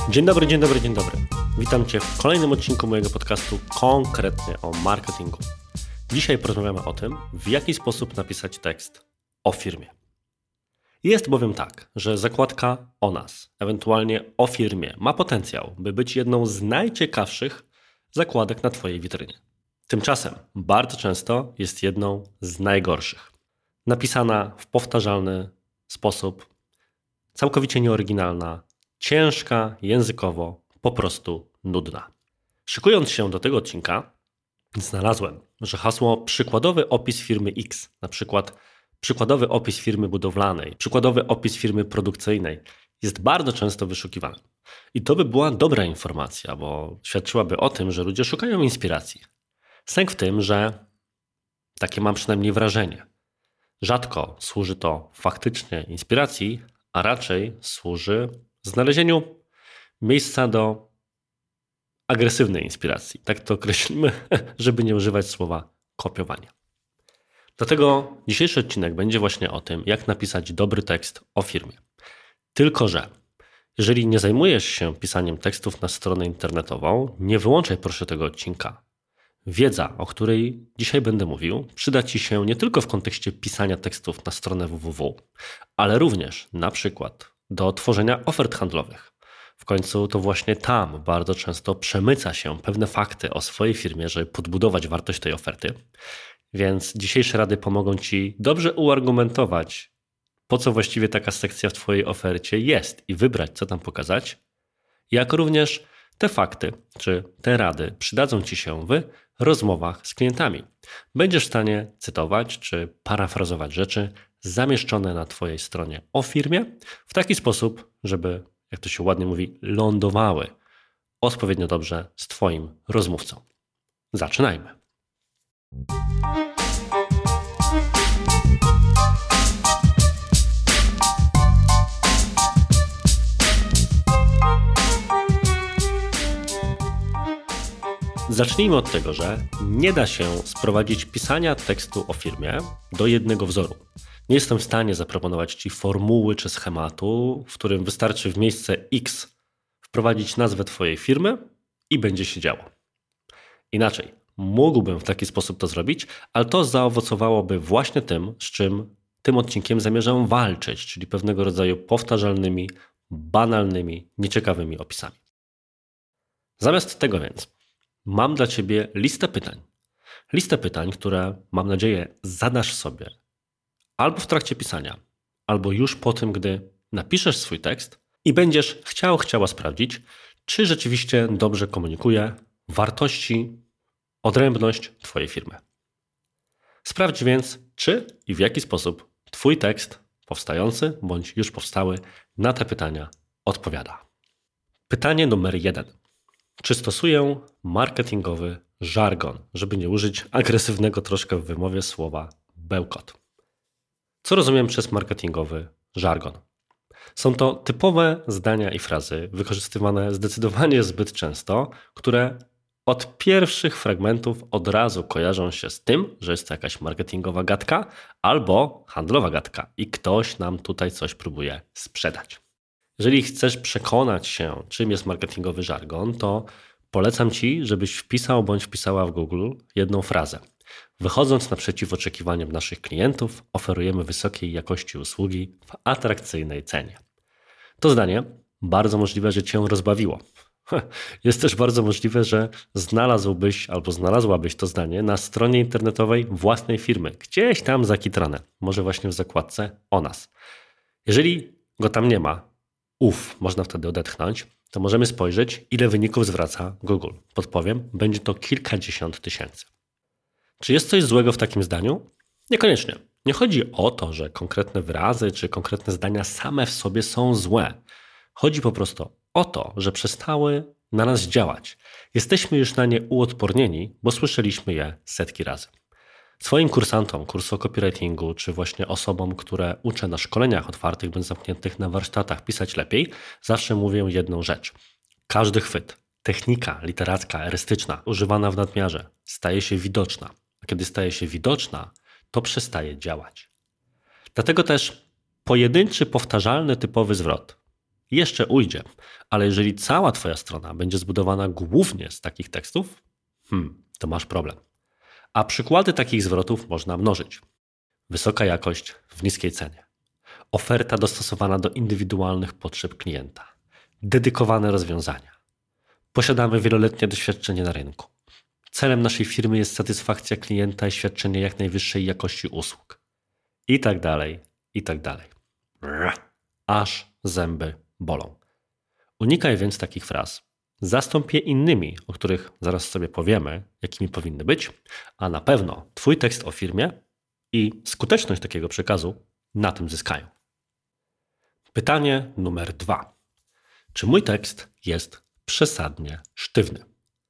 Dzień dobry, dzień dobry, dzień dobry. Witam Cię w kolejnym odcinku mojego podcastu konkretnie o marketingu. Dzisiaj porozmawiamy o tym, w jaki sposób napisać tekst o firmie. Jest bowiem tak, że zakładka o nas, ewentualnie o firmie, ma potencjał, by być jedną z najciekawszych zakładek na Twojej witrynie. Tymczasem bardzo często jest jedną z najgorszych. Napisana w powtarzalny sposób, całkowicie nieoryginalna, ciężka językowo, po prostu nudna. Szykując się do tego odcinka, znalazłem, że hasło przykładowy opis firmy X, na przykład przykładowy opis firmy budowlanej, przykładowy opis firmy produkcyjnej, jest bardzo często wyszukiwane. I to by była dobra informacja, bo świadczyłaby o tym, że ludzie szukają inspiracji. Sęk w tym, że takie mam przynajmniej wrażenie. Rzadko służy to faktycznie inspiracji, a raczej służy znalezieniu miejsca do agresywnej inspiracji. Tak to określimy, żeby nie używać słowa kopiowania. Dlatego dzisiejszy odcinek będzie właśnie o tym, jak napisać dobry tekst o firmie. Tylko że jeżeli nie zajmujesz się pisaniem tekstów na stronę internetową, nie wyłączaj proszę tego odcinka. Wiedza, o której dzisiaj będę mówił, przyda Ci się nie tylko w kontekście pisania tekstów na stronę www, ale również na przykład do tworzenia ofert handlowych. W końcu to właśnie tam bardzo często przemyca się pewne fakty o swojej firmie, żeby podbudować wartość tej oferty. Więc dzisiejsze rady pomogą Ci dobrze uargumentować, po co właściwie taka sekcja w Twojej ofercie jest i wybrać, co tam pokazać, jak również te fakty czy te rady przydadzą Ci się w rozmowach z klientami. Będziesz w stanie cytować czy parafrazować rzeczy zamieszczone na Twojej stronie o firmie w taki sposób, żeby, jak to się ładnie mówi, lądowały odpowiednio dobrze z Twoim rozmówcą. Zaczynajmy. Zacznijmy od tego, że nie da się sprowadzić pisania tekstu o firmie do jednego wzoru. Nie jestem w stanie zaproponować Ci formuły czy schematu, w którym wystarczy w miejsce X wprowadzić nazwę Twojej firmy i będzie się działo. Inaczej, mógłbym w taki sposób to zrobić, ale to zaowocowałoby właśnie tym, z czym tym odcinkiem zamierzam walczyć, czyli pewnego rodzaju powtarzalnymi, banalnymi, nieciekawymi opisami. Zamiast tego więc mam dla Ciebie listę pytań. Listę pytań, które mam nadzieję zadasz sobie albo w trakcie pisania, albo już po tym, gdy napiszesz swój tekst i będziesz chciała sprawdzić, czy rzeczywiście dobrze komunikuje wartości, odrębność Twojej firmy. Sprawdź więc, czy i w jaki sposób Twój tekst powstający bądź już powstały na te pytania odpowiada. Pytanie numer 1. Czy stosuję marketingowy żargon, żeby nie użyć agresywnego troszkę w wymowie słowa bełkot? Co rozumiem przez marketingowy żargon? Są to typowe zdania i frazy wykorzystywane zdecydowanie zbyt często, które od pierwszych fragmentów od razu kojarzą się z tym, że jest to jakaś marketingowa gadka albo handlowa gadka i ktoś nam tutaj coś próbuje sprzedać. Jeżeli chcesz przekonać się, czym jest marketingowy żargon, to polecam Ci, żebyś wpisał bądź wpisała w Google jedną frazę. Wychodząc naprzeciw oczekiwaniom naszych klientów, oferujemy wysokiej jakości usługi w atrakcyjnej cenie. To zdanie bardzo możliwe, że Cię rozbawiło. Jest też bardzo możliwe, że znalazłbyś albo znalazłabyś to zdanie na stronie internetowej własnej firmy, gdzieś tam zakitrane, może właśnie w zakładce o nas. Jeżeli go tam nie ma, można wtedy odetchnąć, to możemy spojrzeć, ile wyników zwraca Google. Podpowiem, będzie to kilkadziesiąt tysięcy. Czy jest coś złego w takim zdaniu? Niekoniecznie. Nie chodzi o to, że konkretne wyrazy czy konkretne zdania same w sobie są złe. Chodzi po prostu o to, że przestały na nas działać. Jesteśmy już na nie uodpornieni, bo słyszeliśmy je setki razy. Swoim kursantom kursu o copywritingu, czy właśnie osobom, które uczę na szkoleniach otwartych bądź zamkniętych na warsztatach pisać lepiej, zawsze mówię jedną rzecz. Każdy chwyt, technika literacka, erystyczna, używana w nadmiarze, staje się widoczna. A kiedy staje się widoczna, to przestaje działać. Dlatego też pojedynczy, powtarzalny, typowy zwrot jeszcze ujdzie, ale jeżeli cała twoja strona będzie zbudowana głównie z takich tekstów, to masz problem. A przykłady takich zwrotów można mnożyć. Wysoka jakość w niskiej cenie. Oferta dostosowana do indywidualnych potrzeb klienta. Dedykowane rozwiązania. Posiadamy wieloletnie doświadczenie na rynku. Celem naszej firmy jest satysfakcja klienta i świadczenie jak najwyższej jakości usług. I tak dalej, i tak dalej. Aż zęby bolą. Unikaj więc takich fraz. Zastąp je innymi, o których zaraz sobie powiemy, jakimi powinny być, a na pewno twój tekst o firmie i skuteczność takiego przekazu na tym zyskają. Pytanie numer 2. Czy mój tekst jest przesadnie sztywny?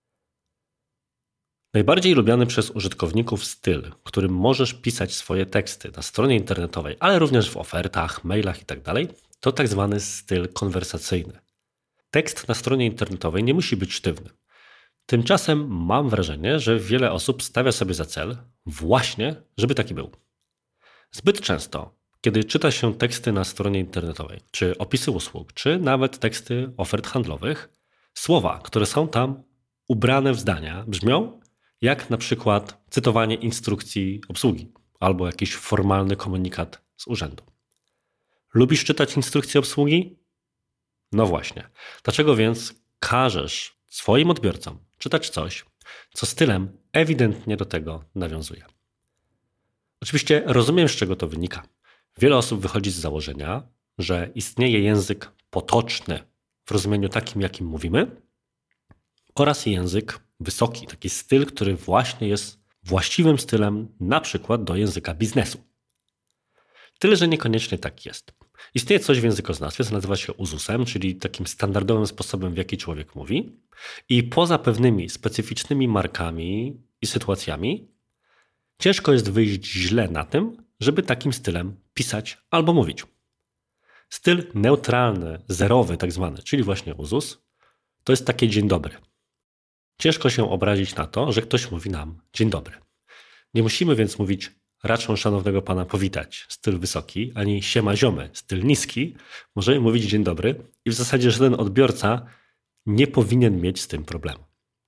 Najbardziej lubiany przez użytkowników styl, którym możesz pisać swoje teksty na stronie internetowej, ale również w ofertach, mailach itd., to tak zwany styl konwersacyjny. Tekst na stronie internetowej nie musi być sztywny. Tymczasem mam wrażenie, że wiele osób stawia sobie za cel właśnie, żeby taki był. Zbyt często, kiedy czyta się teksty na stronie internetowej, czy opisy usług, czy nawet teksty ofert handlowych, słowa, które są tam ubrane w zdania, brzmią jak na przykład cytowanie instrukcji obsługi albo jakiś formalny komunikat z urzędu. Lubisz czytać instrukcje obsługi? No właśnie. Dlaczego więc każesz swoim odbiorcom czytać coś, co stylem ewidentnie do tego nawiązuje? Oczywiście rozumiem, z czego to wynika. Wiele osób wychodzi z założenia, że istnieje język potoczny w rozumieniu takim, jakim mówimy, oraz język wysoki, taki styl, który właśnie jest właściwym stylem na przykład do języka biznesu. Tyle, że niekoniecznie tak jest. Istnieje coś w językoznawstwie, co nazywa się uzusem, czyli takim standardowym sposobem, w jaki człowiek mówi, i poza pewnymi specyficznymi markami i sytuacjami ciężko jest wyjść źle na tym, żeby takim stylem pisać albo mówić. Styl neutralny, zerowy tak zwany, czyli właśnie uzus, to jest takie dzień dobry. Ciężko się obrazić na to, że ktoś mówi nam dzień dobry. Nie musimy więc mówić raczą szanownego pana powitać, styl wysoki, ani siema ziomy, styl niski. Możemy mówić dzień dobry i w zasadzie żaden odbiorca nie powinien mieć z tym problemu.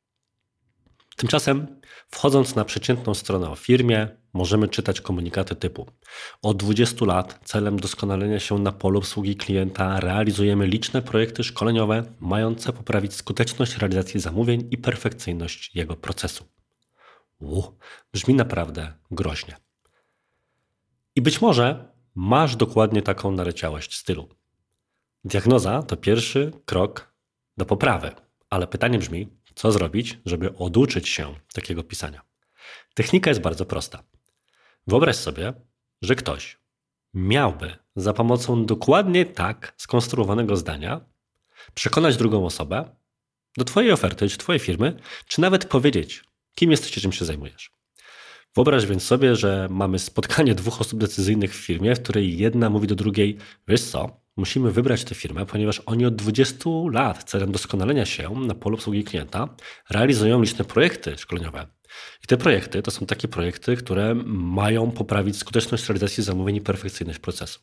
Tymczasem, wchodząc na przeciętną stronę o firmie, możemy czytać komunikaty typu: od 20 lat celem doskonalenia się na polu obsługi klienta realizujemy liczne projekty szkoleniowe mające poprawić skuteczność realizacji zamówień i perfekcyjność jego procesu. Brzmi naprawdę groźnie. I być może masz dokładnie taką naleciałość stylu. Diagnoza to pierwszy krok do poprawy, ale pytanie brzmi, co zrobić, żeby oduczyć się takiego pisania? Technika jest bardzo prosta. Wyobraź sobie, że ktoś miałby za pomocą dokładnie tak skonstruowanego zdania przekonać drugą osobę do twojej oferty, czy twojej firmy, czy nawet powiedzieć, kim jesteś i czym się zajmujesz. Wyobraź więc sobie, że mamy spotkanie dwóch osób decyzyjnych w firmie, w której jedna mówi do drugiej: wiesz co, musimy wybrać tę firmę, ponieważ oni od 20 lat celem doskonalenia się na polu obsługi klienta realizują liczne projekty szkoleniowe. I te projekty to są takie projekty, które mają poprawić skuteczność realizacji zamówień i perfekcyjność procesu.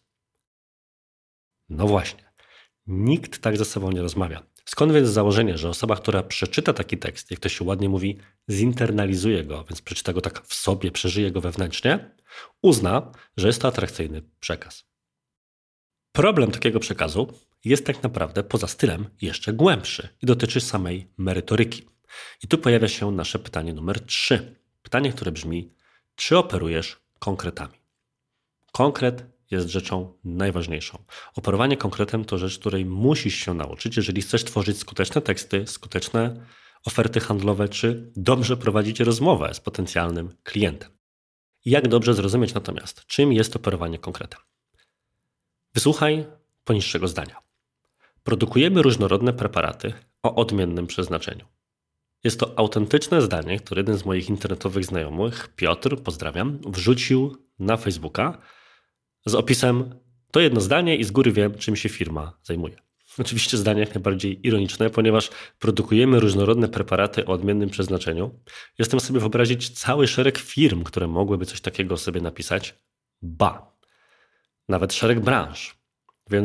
No właśnie, nikt tak ze sobą nie rozmawia. Skąd więc założenie, że osoba, która przeczyta taki tekst, jak to się ładnie mówi, zinternalizuje go, więc przeczyta go tak w sobie, przeżyje go wewnętrznie, uzna, że jest to atrakcyjny przekaz. Problem takiego przekazu jest tak naprawdę poza stylem jeszcze głębszy i dotyczy samej merytoryki. I tu pojawia się nasze pytanie numer 3. Pytanie, które brzmi: czy operujesz konkretami? Konkret jest rzeczą najważniejszą. Operowanie konkretem to rzecz, której musisz się nauczyć, jeżeli chcesz tworzyć skuteczne teksty, skuteczne oferty handlowe, czy dobrze prowadzić rozmowę z potencjalnym klientem. Jak dobrze zrozumieć natomiast, czym jest operowanie konkretem? Wysłuchaj poniższego zdania. Produkujemy różnorodne preparaty o odmiennym przeznaczeniu. Jest to autentyczne zdanie, które jeden z moich internetowych znajomych, Piotr, pozdrawiam, wrzucił na Facebooka z opisem: to jedno zdanie i z góry wiem, czym się firma zajmuje. Oczywiście zdanie jak najbardziej ironiczne, ponieważ produkujemy różnorodne preparaty o odmiennym przeznaczeniu. Jestem sobie wyobrazić cały szereg firm, które mogłyby coś takiego sobie napisać. Nawet szereg branż. Więc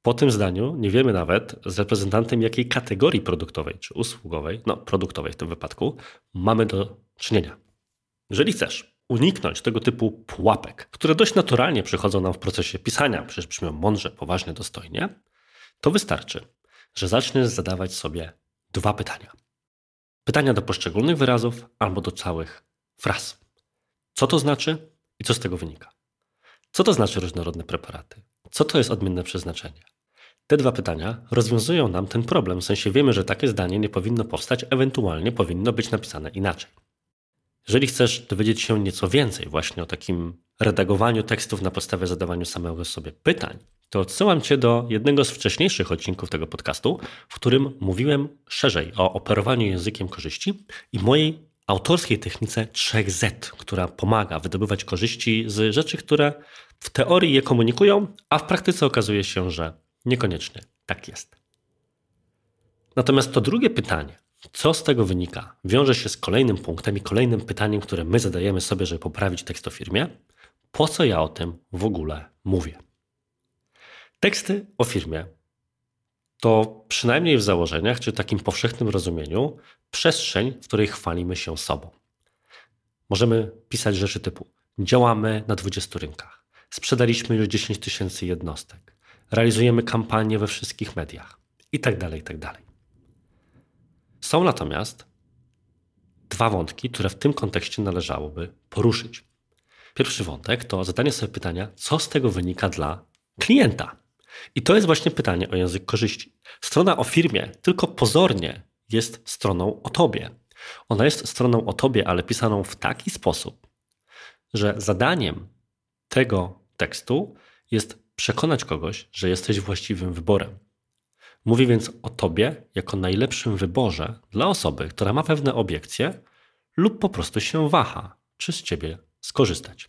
Po tym zdaniu nie wiemy nawet z reprezentantem jakiej kategorii produktowej czy usługowej, produktowej w tym wypadku, mamy do czynienia. Jeżeli chcesz uniknąć tego typu pułapek, które dość naturalnie przychodzą nam w procesie pisania, przecież brzmią mądrze, poważnie, dostojnie, to wystarczy, że zaczniesz zadawać sobie 2 pytania. Pytania do poszczególnych wyrazów albo do całych fraz. Co to znaczy i co z tego wynika? Co to znaczy różnorodne preparaty? Co to jest odmienne przeznaczenie? Te 2 pytania rozwiązują nam ten problem, w sensie wiemy, że takie zdanie nie powinno powstać, ewentualnie powinno być napisane inaczej. Jeżeli chcesz dowiedzieć się nieco więcej właśnie o takim redagowaniu tekstów na podstawie zadawaniu samego sobie pytań, to odsyłam Cię do jednego z wcześniejszych odcinków tego podcastu, w którym mówiłem szerzej o operowaniu językiem korzyści i mojej autorskiej technice 3Z, która pomaga wydobywać korzyści z rzeczy, które w teorii je komunikują, a w praktyce okazuje się, że niekoniecznie tak jest. Natomiast to drugie pytanie, co z tego wynika, wiąże się z kolejnym punktem i kolejnym pytaniem, które my zadajemy sobie, żeby poprawić tekst o firmie. Po co ja o tym w ogóle mówię? Teksty o firmie to przynajmniej w założeniach, czy takim powszechnym rozumieniu, przestrzeń, w której chwalimy się sobą. Możemy pisać rzeczy typu: działamy na 20 rynkach, sprzedaliśmy już 10 000 jednostek, realizujemy kampanie we wszystkich mediach itd., itd. Są natomiast 2 wątki, które w tym kontekście należałoby poruszyć. Pierwszy wątek to zadanie sobie pytania, co z tego wynika dla klienta. I to jest właśnie pytanie o język korzyści. Strona o firmie tylko pozornie jest stroną o tobie. Ona jest stroną o tobie, ale pisaną w taki sposób, że zadaniem tego tekstu jest przekonać kogoś, że jesteś właściwym wyborem. Mówi więc o tobie jako najlepszym wyborze dla osoby, która ma pewne obiekcje lub po prostu się waha, czy z ciebie skorzystać.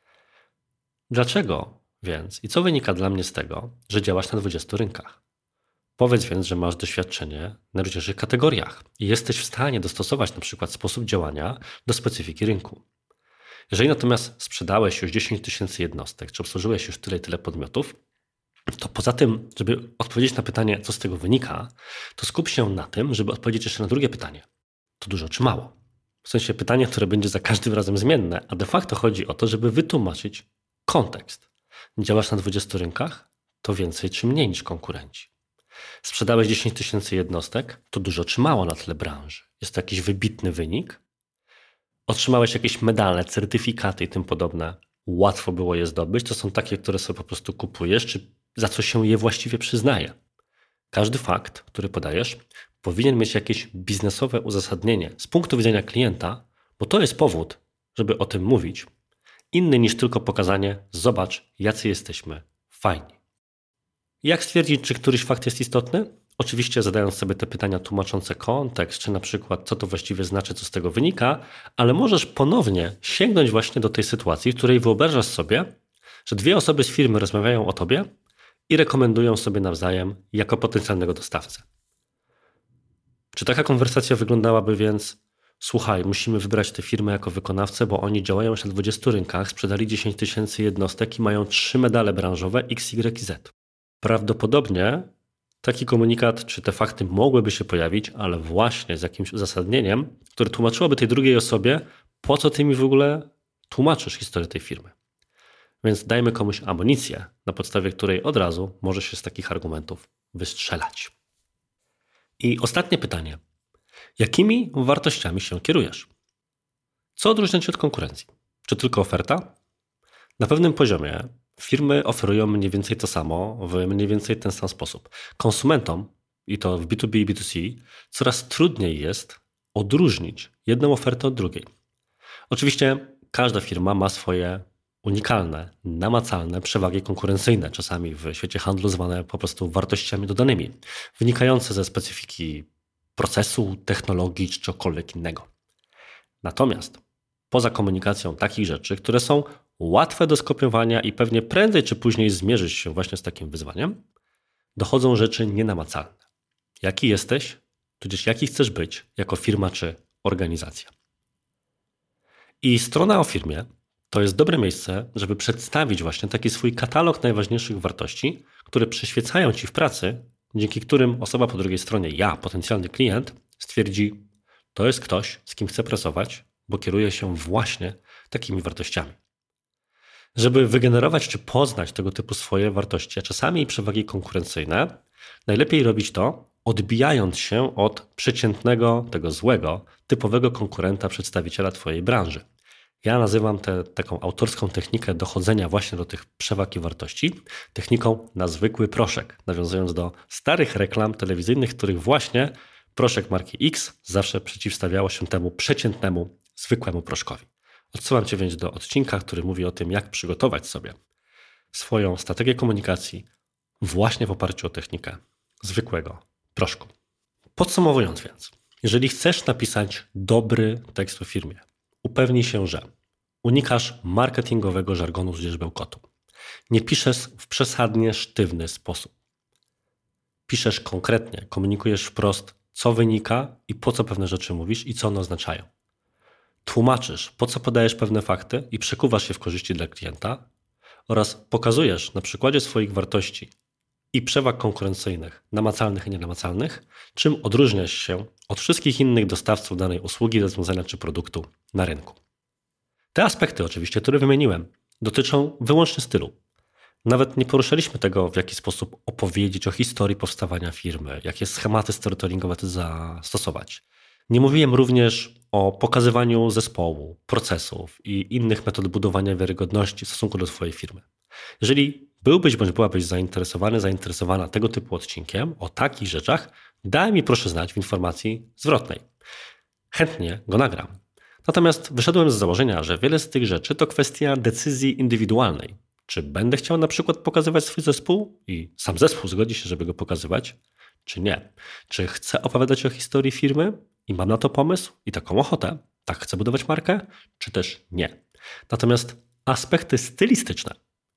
Dlaczego więc i co wynika dla mnie z tego, że działasz na 20 rynkach? Powiedz więc, że masz doświadczenie na różnych kategoriach i jesteś w stanie dostosować na przykład sposób działania do specyfiki rynku. Jeżeli natomiast sprzedałeś już 10 000 jednostek, czy obsłużyłeś już tyle i tyle podmiotów, to poza tym, żeby odpowiedzieć na pytanie, co z tego wynika, to skup się na tym, żeby odpowiedzieć jeszcze na drugie pytanie. To dużo czy mało? W sensie pytanie, które będzie za każdym razem zmienne, a de facto chodzi o to, żeby wytłumaczyć kontekst. Działasz na 20 rynkach? To więcej czy mniej niż konkurenci. Sprzedałeś 10 000 jednostek? To dużo czy mało na tle branży? Jest to jakiś wybitny wynik? Otrzymałeś jakieś medale, certyfikaty i tym podobne? Łatwo było je zdobyć? To są takie, które sobie po prostu kupujesz, czy za co się je właściwie przyznaje? Każdy fakt, który podajesz, powinien mieć jakieś biznesowe uzasadnienie z punktu widzenia klienta, bo to jest powód, żeby o tym mówić, inny niż tylko pokazanie: zobacz, jacy jesteśmy fajni. Jak stwierdzić, czy któryś fakt jest istotny? Oczywiście zadając sobie te pytania tłumaczące kontekst, czy na przykład co to właściwie znaczy, co z tego wynika, ale możesz ponownie sięgnąć właśnie do tej sytuacji, w której wyobrażasz sobie, że 2 osoby z firmy rozmawiają o tobie i rekomendują sobie nawzajem jako potencjalnego dostawcę. Czy taka konwersacja wyglądałaby więc: słuchaj, musimy wybrać tę firmę jako wykonawcę, bo oni działają już na 20 rynkach, sprzedali 10 000 jednostek i mają 3 medale branżowe X, Y, Z. Prawdopodobnie taki komunikat czy te fakty mogłyby się pojawić, ale właśnie z jakimś uzasadnieniem, które tłumaczyłoby tej drugiej osobie, po co ty mi w ogóle tłumaczysz historię tej firmy. Więc dajmy komuś amunicję, na podstawie której od razu może się z takich argumentów wystrzelać. I ostatnie pytanie. Jakimi wartościami się kierujesz? Co odróżnia cię od konkurencji? Czy tylko oferta? Na pewnym poziomie firmy oferują mniej więcej to samo w mniej więcej ten sam sposób. Konsumentom, i to w B2B i B2C, coraz trudniej jest odróżnić jedną ofertę od drugiej. Oczywiście każda firma ma swoje unikalne, namacalne przewagi konkurencyjne, czasami w świecie handlu zwane po prostu wartościami dodanymi, wynikające ze specyfiki procesu, technologii czy czegokolwiek innego. Natomiast poza komunikacją takich rzeczy, które są łatwe do skopiowania i pewnie prędzej czy później zmierzysz się właśnie z takim wyzwaniem, dochodzą rzeczy nienamacalne. Jaki jesteś, tudzież jaki chcesz być jako firma czy organizacja. I strona o firmie To jest dobre miejsce, żeby przedstawić właśnie taki swój katalog najważniejszych wartości, które przyświecają Ci w pracy, dzięki którym osoba po drugiej stronie, ja, potencjalny klient, stwierdzi, to jest ktoś, z kim chcę pracować, bo kieruje się właśnie takimi wartościami. Żeby wygenerować czy poznać tego typu swoje wartości, a czasami przewagi konkurencyjne, najlepiej robić to, odbijając się od przeciętnego, tego złego, typowego konkurenta, przedstawiciela Twojej branży. Ja nazywam taką autorską technikę dochodzenia właśnie do tych przewag i wartości techniką na zwykły proszek, nawiązując do starych reklam telewizyjnych, których właśnie proszek marki X zawsze przeciwstawiało się temu przeciętnemu, zwykłemu proszkowi. Odsyłam Cię więc do odcinka, który mówi o tym, jak przygotować sobie swoją strategię komunikacji właśnie w oparciu o technikę zwykłego proszku. Podsumowując więc, jeżeli chcesz napisać dobry tekst o firmie, upewnij się, że unikasz marketingowego żargonu z bełkotu. Nie piszesz w przesadnie sztywny sposób. Piszesz konkretnie, komunikujesz wprost, co wynika i po co pewne rzeczy mówisz i co one oznaczają. Tłumaczysz, po co podajesz pewne fakty i przekuwasz je w korzyści dla klienta oraz pokazujesz na przykładzie swoich wartości i przewag konkurencyjnych, namacalnych i nienamacalnych, czym odróżniasz się od wszystkich innych dostawców danej usługi, rozwiązania czy produktu na rynku. Te aspekty oczywiście, które wymieniłem, dotyczą wyłącznie stylu. Nawet nie poruszaliśmy tego, w jaki sposób opowiedzieć o historii powstawania firmy, jakie schematy storytellingowe zastosować. Nie mówiłem również o pokazywaniu zespołu, procesów i innych metod budowania wiarygodności w stosunku do Twojej firmy. Jeżeli byłbyś bądź byłabyś zainteresowana tego typu odcinkiem o takich rzeczach, daj mi proszę znać w informacji zwrotnej. Chętnie go nagram. Natomiast wyszedłem z założenia, że wiele z tych rzeczy to kwestia decyzji indywidualnej. Czy będę chciał na przykład pokazywać swój zespół i sam zespół zgodzi się, żeby go pokazywać, czy nie? Czy chcę opowiadać o historii firmy i mam na to pomysł i taką ochotę, tak chcę budować markę, czy też nie? Natomiast aspekty stylistyczne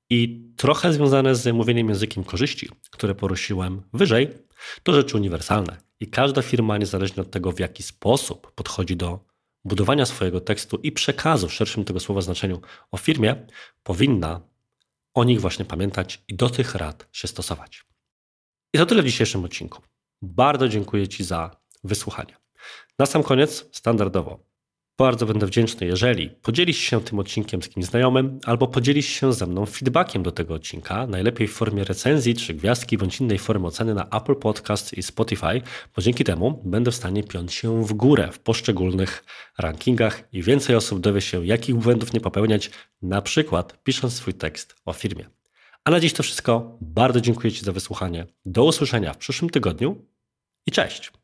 i trochę związane z mówieniem językiem korzyści, które poruszyłem wyżej, to rzeczy uniwersalne i każda firma, niezależnie od tego, w jaki sposób podchodzi do budowania swojego tekstu i przekazu w szerszym tego słowa znaczeniu o firmie, powinna o nich właśnie pamiętać i do tych rad się stosować. I to tyle w dzisiejszym odcinku. Bardzo dziękuję Ci za wysłuchanie. Na sam koniec, standardowo, bardzo będę wdzięczny, jeżeli podzielisz się tym odcinkiem z kimś znajomym albo podzielisz się ze mną feedbackiem do tego odcinka, najlepiej w formie recenzji, 3 gwiazdki bądź innej formy oceny na Apple Podcast i Spotify, bo dzięki temu będę w stanie piąć się w górę w poszczególnych rankingach i więcej osób dowie się, jakich błędów nie popełniać, na przykład pisząc swój tekst o firmie. A na dziś to wszystko. Bardzo dziękuję Ci za wysłuchanie. Do usłyszenia w przyszłym tygodniu i cześć!